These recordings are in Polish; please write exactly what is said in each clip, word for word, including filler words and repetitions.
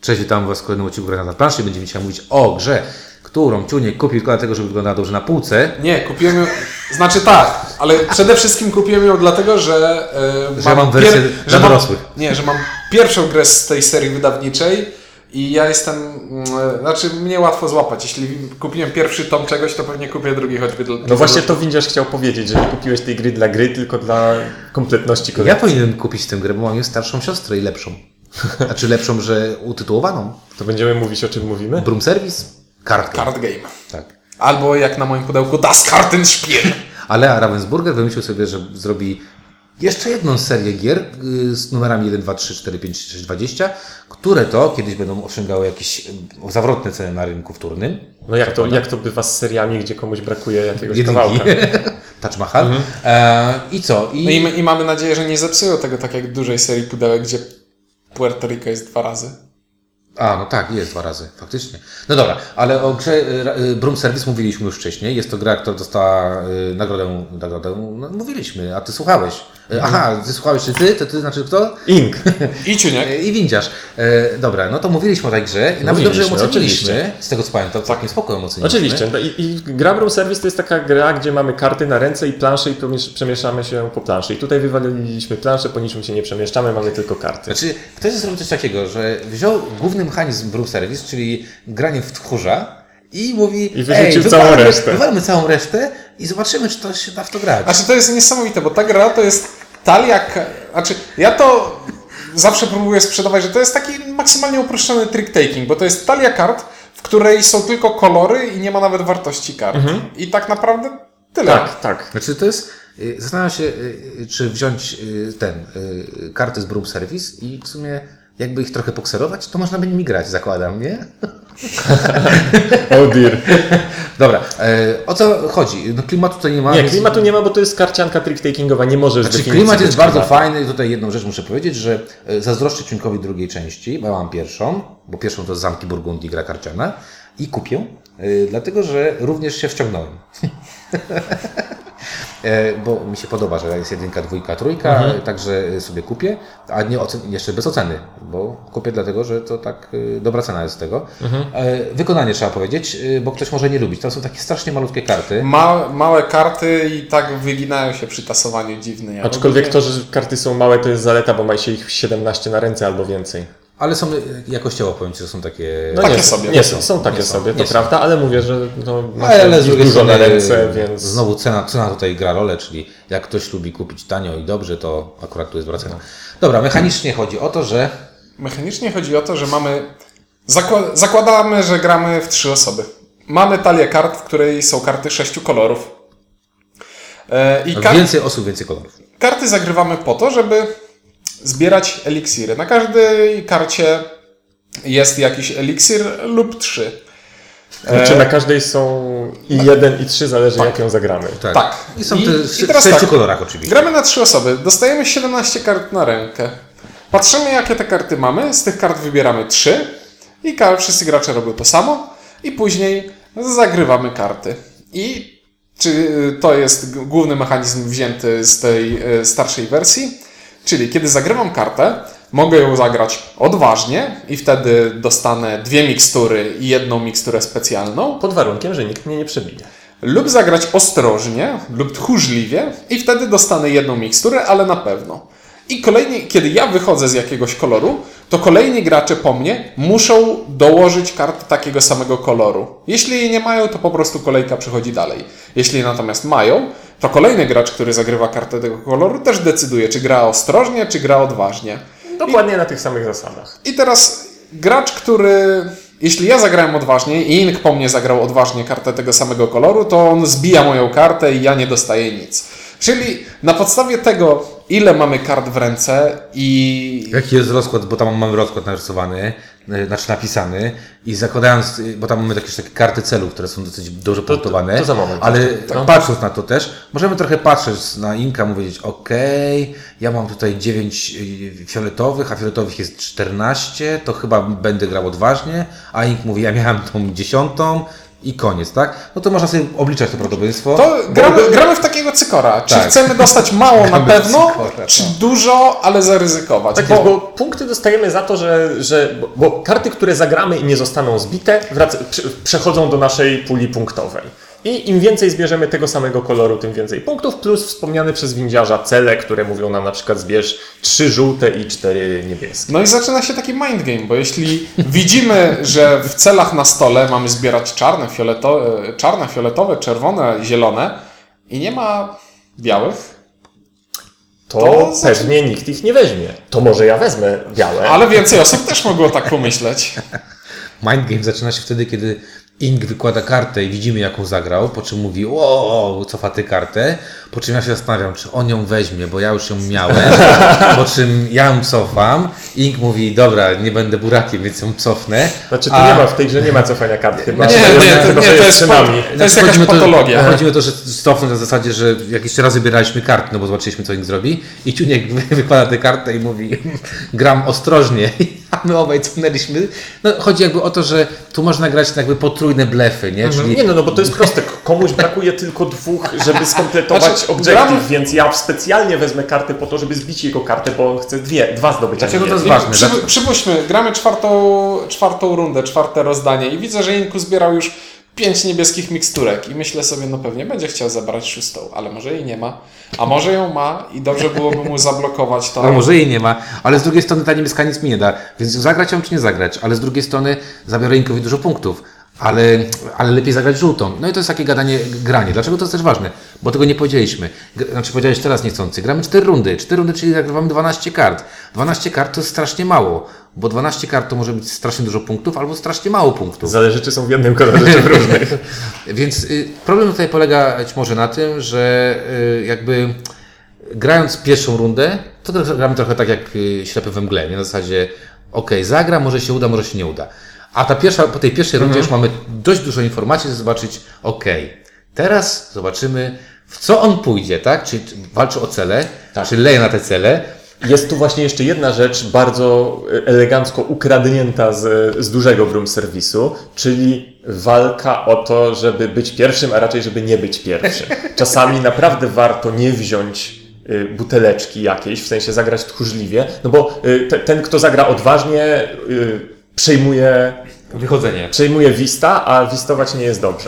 Cześć, witam Was w kolejnym odcinku Gry na planszy. Będziemy dzisiaj mówić o grze, którą Ciuniek kupił tylko dlatego, żeby wyglądała dobrze na półce. Nie, kupiłem ją, znaczy tak, ale przede wszystkim kupiłem ją dlatego, że... Yy, że mam wersję pier- dla że dorosłych. Mam, nie, że mam pierwszą grę z tej serii wydawniczej i ja jestem... Yy, znaczy mnie łatwo złapać. Jeśli kupiłem pierwszy tom czegoś, to pewnie kupię drugi choćby dla... No właśnie to Windziarz chciał powiedzieć, że nie kupiłeś tej gry dla gry, tylko dla kompletności kolekcji. Ja powinienem kupić tę grę, bo mam już starszą siostrę i lepszą. Znaczy lepszą, że utytułowaną. To będziemy mówić, o czym mówimy? Broom Service, Card Game. Card Game. Tak. Albo jak na moim pudełku Das Kartenspiel. Ale Ravensburger wymyślił sobie, że zrobi jeszcze jedną serię gier y, z numerami jeden, dwa, trzy, cztery, pięć, sześć, dwadzieścia, które to kiedyś będą osiągały jakieś y, zawrotne ceny na rynku wtórnym. No jak to, jak to bywa z seriami, gdzie komuś brakuje jakiegoś Jedynki. kawałka? Taj Mahal. Mhm. E, I co? I... No i, my, I mamy nadzieję, że nie zepsują tego tak jak dużej serii pudełek, gdzie Puerto Rico jest dwa razy. A, no tak, jest dwa razy, faktycznie. No dobra, ale o grze y, Broom Service mówiliśmy już wcześniej. Jest to gra, która dostała y, nagrodę, nagrodę no, mówiliśmy, a ty słuchałeś. Y, aha, ty słuchałeś, czy ty? To ty znaczy kto? Ink. I Ciuniek. Y, I Windziarz. Y, dobra, no to mówiliśmy o tej grze i nawet dobrze ją Mówiliśmy, oceniliśmy. oczywiście. Z tego co pamiętam, całkiem spoko ją oceniliśmy. Oczywiście. No i, I gra Broom Service to jest taka gra, gdzie mamy karty na ręce i plansze i pomiesz- przemieszczamy się po planszy. I tutaj wywaliliśmy planszę, po niczym się nie przemieszczamy, mamy tylko karty. Znaczy, ktoś zrobił coś takiego, że wziął główny mechanizm Broom Service, czyli granie w tchórza i mówi, I wyrzucił ej, całą wywalmy, resztę. wywalmy całą resztę i zobaczymy, czy to się da w to grać. Znaczy to jest niesamowite, bo ta gra to jest talia... Znaczy ja to zawsze próbuję sprzedawać, że to jest taki maksymalnie uproszczony trick-taking, bo to jest talia kart, w której są tylko kolory i nie ma nawet wartości kart. Mhm. I tak naprawdę tyle. Tak, tak. Znaczy to jest, y, zastanawiam się, y, czy wziąć y, ten, y, karty z Broom Service i w sumie jakby ich trochę pokserować, to można by nimi grać, zakładam, nie? Oh dear. Dobra, y, o co chodzi? No klimatu tutaj nie ma. Nie, więc- klimatu nie ma, bo to jest karcianka trick-takingowa, nie możesz Znaczy definicji klimat jest być bardzo klimatem. fajny i tutaj jedną rzecz muszę powiedzieć, że y, zazdroszczę Ciunkowi drugiej części, bo ja mam pierwszą, bo pierwszą to Zamki Burgundii, gra karciana i kupię, y, dlatego że również się wciągnąłem. E, bo mi się podoba, że jest jedynka, dwójka, trójka, Mhm. także sobie kupię, a nie ocen- jeszcze bez oceny, bo kupię dlatego, że to tak y, dobra cena jest z tego. Mhm. E, wykonanie trzeba powiedzieć, y, bo ktoś może nie lubić. To są takie strasznie malutkie karty. Ma, małe karty i tak wyginają się przy tasowaniu dziwny. Ja Aczkolwiek lubię. to, że karty są małe, to jest zaleta, bo ma się ich siedemnaście na ręce albo więcej. Ale są y, jakościowo, powiem Ci, że są takie... No Takie nie, sobie. Nie są, są takie Nie są, sobie, nie to są. prawda, ale mówię, że no, ma Ale z się drugiej dużo na strony ręce, więc... znowu cena, cena tutaj gra rolę, czyli jak ktoś lubi kupić tanio i dobrze, to akurat tu jest wracana. Dobra, mechanicznie chodzi o to, że Mechanicznie chodzi o to, że mamy... Zakła- zakładamy, że gramy w trzy osoby. Mamy talię kart, w której są karty sześciu kolorów. E, I kar- więcej osób, więcej kolorów. karty zagrywamy po to, żeby zbierać eliksiry. Na każdej karcie jest jakiś eliksir lub trzy. Znaczy na każdej są i jeden i trzy, zależy jak ją zagramy. Tak. Tak. I są I- te i w teraz sześciu tak. kolorach oczywiście. Gramy na trzy osoby. Dostajemy siedemnaście kart na rękę. Patrzymy, jakie te karty mamy. Z tych kart wybieramy trzy. I ka- wszyscy gracze robią to samo. I później zagrywamy karty. I czy to jest g- główny mechanizm wzięty z tej e, starszej wersji? Czyli kiedy zagrywam kartę, mogę ją zagrać odważnie i wtedy dostanę dwie mikstury i jedną miksturę specjalną. Pod warunkiem, że nikt mnie nie przebije. Lub zagrać ostrożnie lub tchórzliwie i wtedy dostanę jedną miksturę, ale na pewno. I kolejnie, kiedy ja wychodzę z jakiegoś koloru, to kolejni gracze po mnie muszą dołożyć karty takiego samego koloru. Jeśli jej nie mają, to po prostu kolejka przechodzi dalej. Jeśli natomiast mają, to kolejny gracz, który zagrywa kartę tego koloru, też decyduje, czy gra ostrożnie, czy gra odważnie. Dokładnie na tych samych zasadach. I teraz gracz, który... Jeśli ja zagrałem odważnie i Ink po mnie zagrał odważnie kartę tego samego koloru, to on zbija moją kartę i ja nie dostaję nic. Czyli na podstawie tego, ile mamy kart w ręce i... Jaki jest rozkład, bo tam mamy rozkład narysowany, y, znaczy napisany i zakładając, y, bo tam mamy jakieś takie karty celów, które są dosyć dobrze punktowane, to za moment. ale Tak. tak patrząc na to też, możemy trochę patrzeć na Inka, mówić, okej, ja mam tutaj dziewięć y, fioletowych, a fioletowych jest czternaście, to chyba będę grał odważnie, a Ink mówi, ja miałem tą dziesiątą i koniec, tak? No to można sobie obliczać to prawdopodobieństwo. To gramy, gramy w takiego cykora. Czy Tak. chcemy dostać mało na Gramy w pewno, cykora, czy tak. dużo, ale zaryzykować? Tak jest, bo punkty dostajemy za to, że, że bo, bo karty, które zagramy i nie zostaną zbite, wrac- prze- przechodzą do naszej puli punktowej. I im więcej zbierzemy tego samego koloru, tym więcej punktów, plus wspomniane przez windziarza cele, które mówią nam na przykład zbierz trzy żółte i cztery niebieskie. No i zaczyna się taki mind game, bo jeśli widzimy, że w celach na stole mamy zbierać czarne, fioletowe, czarne, fioletowe, czerwone, zielone i nie ma białych, To, To pewnie nikt ich nie weźmie. To może ja wezmę białe. ale więcej osób też mogło tak pomyśleć. Mind game zaczyna się wtedy, kiedy Ink wykłada kartę i widzimy, jaką zagrał, po czym mówi, o, cofa tę kartę, po czym ja się zastanawiam, czy on ją weźmie, bo ja już ją miałem, po czym ja ją cofam, Ink mówi, dobra, nie będę burakiem, więc ją cofnę. Znaczy tu A- nie ma, w tej grze nie ma cofania kart chyba. Nie, To nie, jest- to- chyba, nie, że to jest jest przynajmniej. To jest jakaś chodzi mi o to- patologia. Chodzi mi o to, że cofnąć na zasadzie, że jak jeszcze raz wybieraliśmy karty, no bo zobaczyliśmy, co Ink zrobi, i Ciuniek wykłada tę kartę i mówi, gram ostrożnie, a my obaj cofnęliśmy. No, chodzi jakby o to, że tu można grać jakby potrójne blefy, nie? Czyli Nie no, no bo to jest proste. Komuś brakuje tylko dwóch, żeby skompletować Znaczy, objective, gramy- więc ja specjalnie wezmę kartę po to, żeby zbić jego kartę, bo on chce dwie, dwa zdobyć. a nie Dlaczego to jest jedno. ważne? Przy, Dlaczego- przypuśćmy, gramy czwartą, czwartą rundę, czwarte rozdanie i widzę, że Inku zbierał już pięć niebieskich miksturek i myślę sobie, no pewnie będzie chciał zabrać szóstą, ale może jej nie ma, a może ją ma i dobrze byłoby mu zablokować to. A może jej nie ma, ale z drugiej strony ta niebieska nic mi nie da, więc zagrać ją czy nie zagrać, ale z drugiej strony zabiorę Inkowi dużo punktów, ale, ale lepiej zagrać żółtą. No i to jest takie gadanie, granie. Dlaczego to jest też ważne? Bo tego nie powiedzieliśmy. Gr- Znaczy powiedziałeś teraz niechcący. Gramy cztery rundy. cztery rundy, czyli zagrywamy dwanaście kart. dwanaście kart to jest strasznie mało, bo dwanaście kart to może być strasznie dużo punktów albo strasznie mało punktów. Zależy, czy są w jednym kolorze, czy w różnych. Więc y, problem tutaj polega być może na tym, że y, jakby grając pierwszą rundę, to gramy trochę tak jak y, ślepy we mgle, nie? Na zasadzie ok, zagra, może się uda, może się nie uda. A ta pierwsza, po tej pierwszej rundzie już mamy dość dużo informacji, żeby zobaczyć, ok, teraz zobaczymy, w co on pójdzie, tak? Czy czy walczy o cele, Tak. czy leje na te cele. Jest tu właśnie jeszcze jedna rzecz bardzo elegancko ukradnięta z, z dużego broom serwisu, czyli walka o to, żeby być pierwszym, a raczej żeby nie być pierwszym. Czasami naprawdę warto nie wziąć y, buteleczki jakiejś, w sensie zagrać tchórzliwie, no bo y, te, ten, kto zagra odważnie, y, przejmuje, Wychodzenie. przejmuje wista, a wistować nie jest dobrze.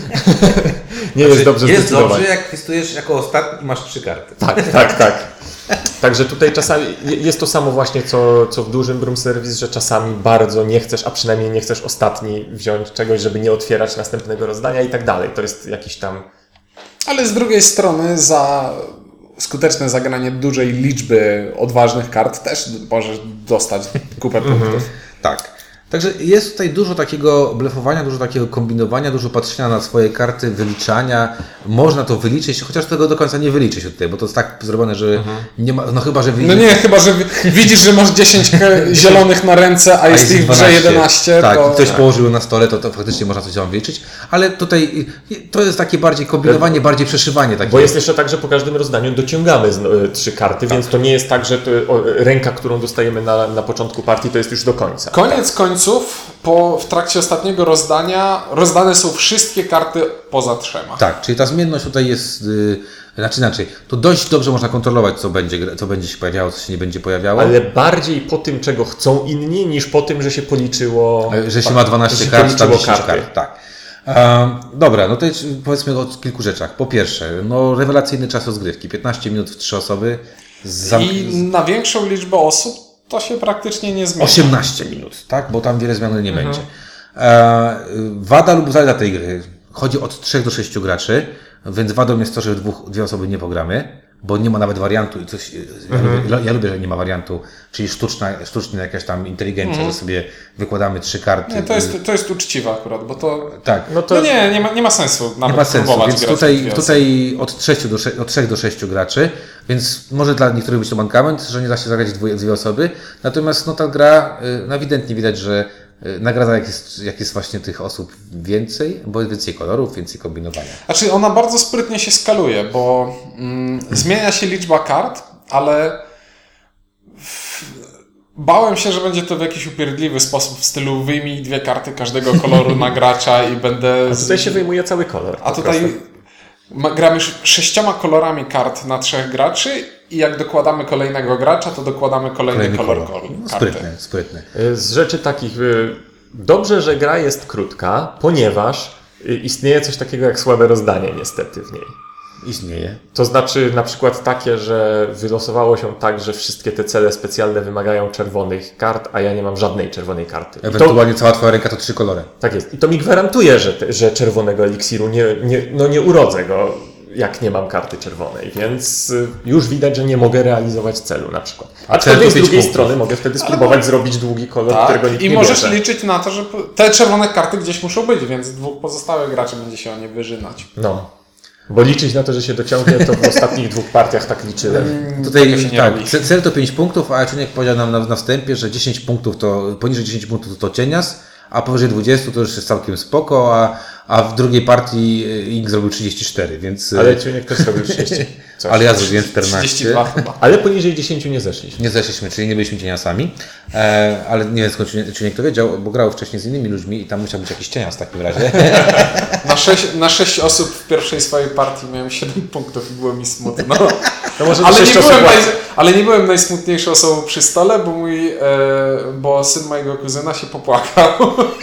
nie jest dobrze Jest zdecydować. dobrze, jak listujesz jako ostatni i masz trzy karty. Tak, tak, tak. Także tutaj czasami jest to samo właśnie, co, co w dużym broom service, że czasami bardzo nie chcesz, a przynajmniej nie chcesz ostatni wziąć czegoś, żeby nie otwierać następnego rozdania i tak dalej. To jest jakiś tam... Ale z drugiej strony za skuteczne zagranie dużej liczby odważnych kart też możesz dostać kupę punktów. Tak. Także jest tutaj dużo takiego blefowania, dużo takiego kombinowania, dużo patrzenia na swoje karty, wyliczania. Można to wyliczyć, chociaż tego do końca nie wyliczy się tutaj, bo to jest tak zrobione, że nie ma, no chyba, że No nie, chyba że wi- widzisz, że masz dziesięć ke- zielonych na ręce, a jest ich w grze jedenaście, Tak, to... i ktoś położył na stole, to, to faktycznie można coś tam wyliczyć, ale tutaj y, to jest takie bardziej kombinowanie, bardziej przeszywanie. Takie. Bo jest jeszcze tak, że po każdym rozdaniu dociągamy z, y, trzy karty, więc to nie jest tak, że to, o, ręka, którą dostajemy na, na początku partii, to jest już do końca. Koniec końców, po, w trakcie ostatniego rozdania rozdane są wszystkie karty poza trzema. Tak, czyli ta zmienność tutaj jest, yy, znaczy inaczej, to dość dobrze można kontrolować, co będzie, gra- co będzie się pojawiało, co się nie będzie pojawiało. Ale bardziej po tym, czego chcą inni, niż po tym, że się policzyło... E, Że się ma dwanaście że się kart, tam policzyło dziesięć kart. Tak. E, dobra, no to jest, powiedzmy o kilku rzeczach. Po pierwsze, no rewelacyjny czas rozgrywki. piętnaście minut w trzy osoby. Zamk- I na większą liczbę osób to się praktycznie nie zmienia. osiemnaście minut, tak? Bo tam wiele zmian nie będzie. E, wada lub zaleta tej gry. Chodzi od trzech do sześciu graczy, więc wadą jest to, że w dwóch, dwie osoby nie pogramy, bo nie ma nawet wariantu i coś, ja, lubię, ja lubię, że nie ma wariantu, czyli sztuczna, sztuczna jakaś tam inteligencja, że sobie wykładamy trzy karty. Nie, to jest, to jest uczciwe akurat, bo to... Tak. No to No nie, nie ma, nie ma sensu nawet Nie ma sensu, próbować więc grać w tutaj, dwie tutaj od, sześciu do sze- od trzech do sześciu graczy, więc może dla niektórych być to mankament, że nie da się zagrać dwie, dwie osoby, natomiast no, ta gra, y, no, ewidentnie widać, że y, nagradza jak jest, jak jest właśnie tych osób więcej, bo jest więcej kolorów, więcej kombinowania. Znaczy ona bardzo sprytnie się skaluje, bo mm, zmienia się liczba kart, ale w, Bałem się, że będzie to w jakiś upierdliwy sposób w stylu wyjmij dwie karty każdego koloru na gracza i będę... A tutaj się wyjmuje cały kolor. A tutaj ma, gramy sz- sześcioma kolorami kart na trzech graczy i jak dokładamy kolejnego gracza, to dokładamy kolejny, Kolejny kolor, kolor. kolor No, karty. sprytne, sprytne. Z rzeczy takich, y, dobrze, że gra jest krótka, ponieważ y, istnieje coś takiego jak słabe rozdanie niestety w niej. Istnieje. To znaczy na przykład takie, że wylosowało się tak, że wszystkie te cele specjalne wymagają czerwonych kart, a ja nie mam żadnej czerwonej karty. I to, Ewentualnie cała twoja ręka to trzy kolory. tak jest. I to mi gwarantuje, że, te, że czerwonego eliksiru nie, nie, no nie urodzę go, jak nie mam karty czerwonej, więc y, już widać, że nie mogę realizować celu na przykład. A Aczkolwiek cel z to pięć drugiej punktów. strony mogę wtedy spróbować Ale- zrobić długi kolor, Tak, którego nikt i nie możesz bierze. liczyć na to, że po- te czerwone karty gdzieś muszą być, więc dwóch pozostałych graczy będzie się o nie wyżynać. No. Bo liczyć na to, że się dociągnie, to w ostatnich dwóch partiach tak liczyłem. Tutaj Tego się nie tak, robi. ce- cel to pięć punktów, a Czuniek powiedział nam na, na wstępie, że dziesięć punktów to, poniżej dziesięć punktów to cienias, a powyżej dwadzieścia to już jest całkiem spoko, a, a w drugiej partii y, Ink zrobił trzydzieści cztery, więc... y, Ale Ciuniek też robił trzydzieści. Coś. ale ja zrobiłem czternaście. trzydzieści dwa chyba. Ale poniżej dziesięć nie zeszliśmy. Nie zeszliśmy, czyli nie byliśmy cieniasami, e, ale nie wiem skąd Czuniek, Czuniek to wiedział, bo grał wcześniej z innymi ludźmi i tam musiał być jakiś cienias w takim razie. Na sześć, na sześć osób w pierwszej swojej partii miałem siedem punktów i było mi smutno. To może Ale to nie, sześć osób byłem naj, łatwiej. ale nie byłem najsmutniejszą osobą przy stole, bo mój, e, bo syn mojego kuzyna się popłakał.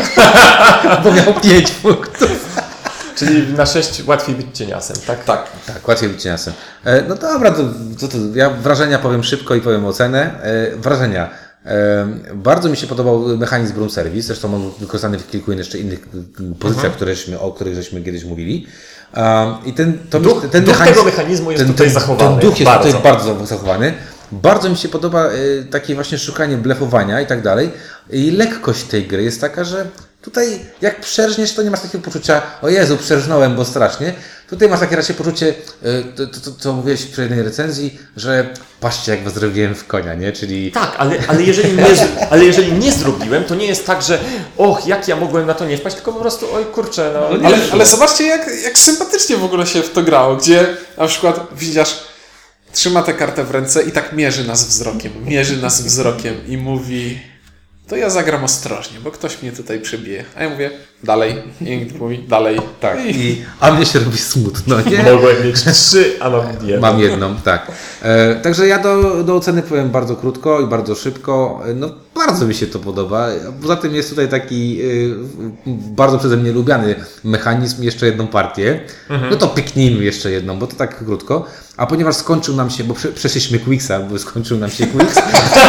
Bo miał pięć punktów. Czyli na sześć łatwiej być cieniasem, tak? Tak. Tak, łatwiej być cieniasem. E, no dobra, to, to, to ja wrażenia powiem szybko i powiem ocenę. E, wrażenia. E, bardzo mi się podobał mechanizm Broom Service, zresztą on wykorzystany w kilku jeszcze innych y, pozycjach, któreśmy, o których żeśmy kiedyś mówili. Um, I ten, to Duch- mi- ten duch mechanizm, tego mechanizmu jest ten, tutaj ten, zachowany. Ten duch jest Bardzo. tutaj bardzo zachowany. Bardzo mi się podoba y, takie właśnie szukanie blefowania i tak dalej. I lekkość tej gry jest taka, że tutaj jak przerżniesz, to nie masz takiego poczucia, o Jezu, przerżnąłem, bo strasznie. Tutaj masz takie raczej poczucie, y, to, to, to, co mówiłeś przy jednej recenzji, że patrzcie, jak was zrobiłem w konia, nie? Czyli Tak, ale, ale, jeżeli nie, z- ale jeżeli nie zrobiłem, to nie jest tak, że och, jak ja mogłem na to nie wpaść, tylko po prostu oj kurczę, no. Ale, ale zobaczcie, jak, jak sympatycznie w ogóle się w to grało, gdzie na przykład widzisz, trzyma tę kartę w ręce i tak mierzy nas wzrokiem, mierzy nas wzrokiem i mówi, to ja zagram ostrożnie, bo ktoś mnie tutaj przebije. A ja mówię, dalej. I nikt mówi, dalej. tak. I, I, a mnie się robi smutno, nie? Mogłem mieć trzy, a mam jedną. Mam jedną, tak. E, także ja do, do oceny powiem bardzo krótko i bardzo szybko. E, No bardzo mi się to podoba. Poza tym jest tutaj taki e, bardzo przeze mnie lubiany mechanizm, jeszcze jedną partię. No to pyknijmy jeszcze jedną, bo to tak krótko. A ponieważ skończył nam się, bo prze, przeszliśmy Quicksa, bo skończył nam się Quicks,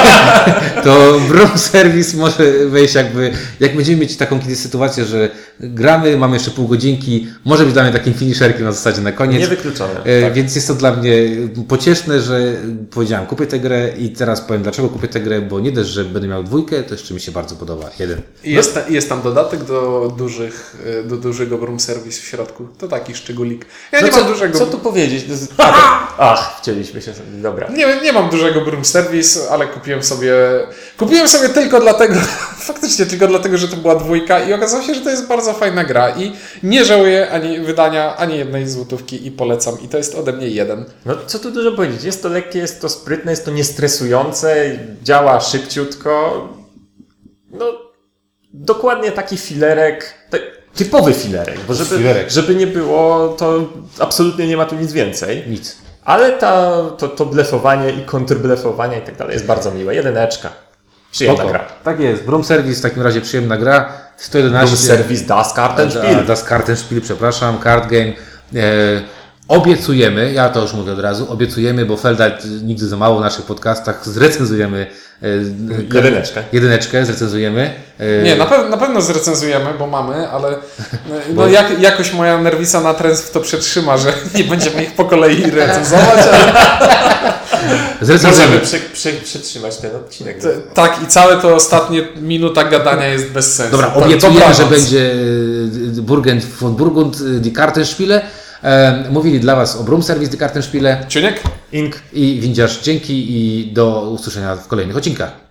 to Broom Service może wejść jakby, jak będziemy mieć taką kiedyś sytuację, że gramy, mamy jeszcze pół godzinki, może być dla mnie takim finisherkiem na zasadzie na koniec. Niewykluczone. E, Tak. Więc jest to dla mnie pocieszne, że powiedziałem, kupię tę grę i teraz powiem, dlaczego kupię tę grę, bo nie dość, że będę miał dwójkę, to jeszcze mi się bardzo podoba. Jeden. i jest, ta, jest tam dodatek do, dużych, do dużego Broom Service w środku. To taki szczególik. Ja No nie co, mam dużego... co tu powiedzieć? To jest- A, Ach, wcięliśmy się sobie. Dobra. Nie, nie mam dużego Broom Service, ale kupiłem sobie. Kupiłem sobie tylko dlatego, faktycznie tylko dlatego, że to była dwójka i okazało się, że to jest bardzo fajna gra i nie żałuję ani wydania, ani jednej złotówki i polecam. I to jest ode mnie jeden. No co tu dużo powiedzieć? Jest to lekkie, jest to sprytne, jest to niestresujące, działa szybciutko. No, dokładnie taki filerek, te, typowy filerek, bo żeby, Filerek. żeby nie było, to absolutnie nie ma tu nic więcej. Nic. Ale ta, to, to blefowanie i kontrblefowanie i tak dalej jest bardzo miłe. Jedyneczka. Przyjemna Spoko. gra. Tak jest. Broom Service w takim razie przyjemna gra. sto Room jedenaście. Service Das Kartenspiel. A, Das Kartenspiel, przepraszam, Card Game. E, obiecujemy, ja to już mówię od razu, obiecujemy, bo Felda nigdy za mało w naszych podcastach, zrecenzujemy e, Jedyneczkę. jedyneczkę, zrecenzujemy. E, Nie, na, pe- na pewno zrecenzujemy, bo mamy, ale no, jak, jakoś moja nerwica na trend to przetrzyma, że nie będziemy ich po kolei recenzować, ale Zrecenzujemy. Możemy przy, przy, przytrzymać ten odcinek. t- tak i całe to ostatnie minuta gadania jest bez sensu. Dobra, To- obiecujemy, dobranoc. że będzie e, Burgund von Burgund, e, Die Kartenspiele. E, mówili dla Was o Broom Service, Die Kartenspiele Ciuniek? Ink. i Windziarz. Dzięki i do usłyszenia w kolejnych odcinkach.